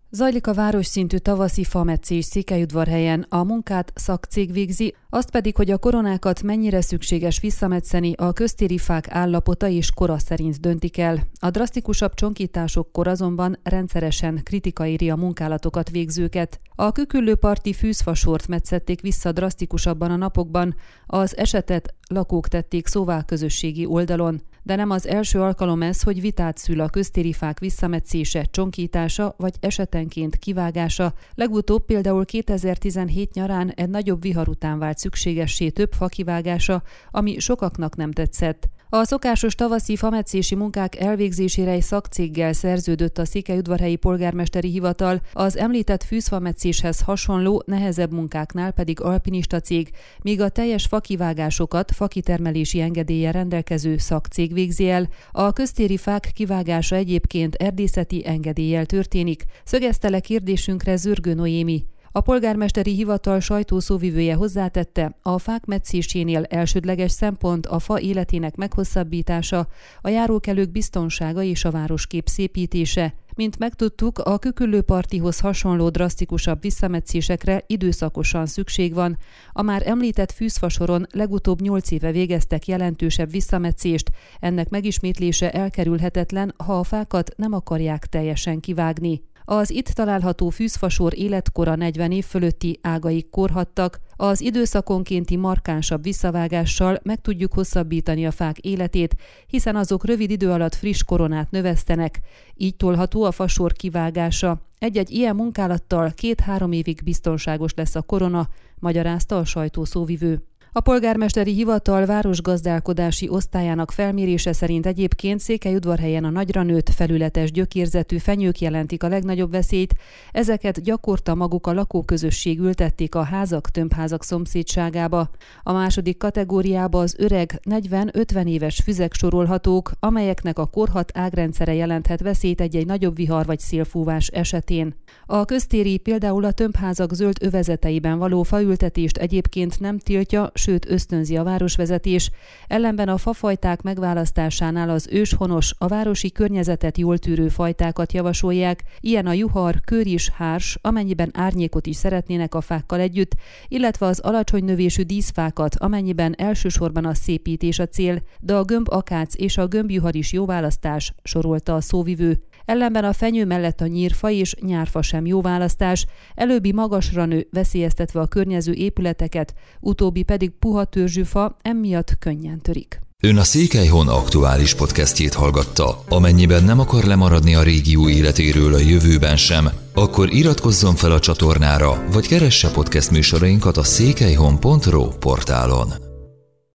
Zajlik a városszintű tavaszi fametszés Székelyudvarhelyen, a munkát szakcég végzi, azt pedig, hogy a koronákat mennyire szükséges visszametszeni, a köztéri fák állapota és kora szerint döntik el. A drasztikusabb csonkításokkor azonban rendszeresen kritika éri a munkálatokat végzőket. A Küküllő-parti fűzfasort metszették vissza drasztikusabban a napokban, az esetet lakók tették szóvá közösségi oldalon. De nem az első alkalom ez, hogy vitát szül a köztéri fák visszametszése, csonkítása vagy esetenként kivágása. Legutóbb például 2017 nyarán egy nagyobb vihar után vált szükségessé több fa kivágása, ami sokaknak nem tetszett. A szokásos tavaszi fametszési munkák elvégzésére egy szakcéggel szerződött a Székelyudvarhelyi polgármesteri hivatal, az említett fűzfametszéshez hasonló, nehezebb munkáknál pedig alpinista cég, míg a teljes fakivágásokat fakitermelési engedéllyel rendelkező szakcég végzi el. A köztéri fák kivágása egyébként erdészeti engedéllyel történik, szögezte le kérdésünkre Zörgő Noémi. A polgármesteri hivatal sajtószóvivője hozzátette, a fák metszésénél elsődleges szempont a fa életének meghosszabbítása, a járókelők biztonsága és a városkép szépítése. Mint megtudtuk, a Küküllő-partihoz hasonló drasztikusabb visszametszésekre időszakosan szükség van. A már említett fűzfasoron legutóbb 8 éve végeztek jelentősebb visszametszést, ennek megismétlése elkerülhetetlen, ha a fákat nem akarják teljesen kivágni. Az itt található fűzfasor életkora 40 év fölötti ágaik korhattak, az időszakonkénti markánsabb visszavágással meg tudjuk hosszabbítani a fák életét, hiszen azok rövid idő alatt friss koronát növesztenek, így tolható a fasor kivágása. Egy-egy ilyen munkálattal 2-3 évig biztonságos lesz a korona, magyarázta a sajtószóvivő. A polgármesteri hivatal városgazdálkodási osztályának felmérése szerint egyébként Székelyudvarhelyen a nagyra nőtt felületes gyökérzetű fenyők jelentik a legnagyobb veszélyt, ezeket gyakorta maguk a lakóközösség ültették a házak, tömbházak szomszédságába. A második kategóriába az öreg 40-50 éves füzek sorolhatók, amelyeknek a korhadt ágrendszere jelenthet veszélyt egy-egy nagyobb vihar vagy szélfúvás esetén. A köztéri, például a tömbházak zöld övezeteiben való faültetést egyébként nem tiltja, sőt ösztönzi a városvezetés, ellenben a fafajták megválasztásánál az őshonos, a városi környezetet jól tűrő fajtákat javasolják, ilyen a juhar, kőris, hárs, amennyiben árnyékot is szeretnének a fákkal együtt, illetve az alacsony növésű díszfákat, amennyiben elsősorban a szépítés a cél, de a gömb-akác és a gömbjuhar is jó választás, sorolta a szóvivő. Ellenben a fenyő mellett a nyírfa és nyárfa sem jó választás, előbbi magasra nő, veszélyeztetve a környező épületeket, utóbbi pedig puha törzsű fa, emiatt könnyen törik. Ön a Székelyhon aktuális podcastjét hallgatta. Amennyiben nem akar lemaradni a régió életéről a jövőben sem, akkor iratkozzon fel a csatornára, vagy keresse podcast műsorainkat a székelyhon.ro portálon.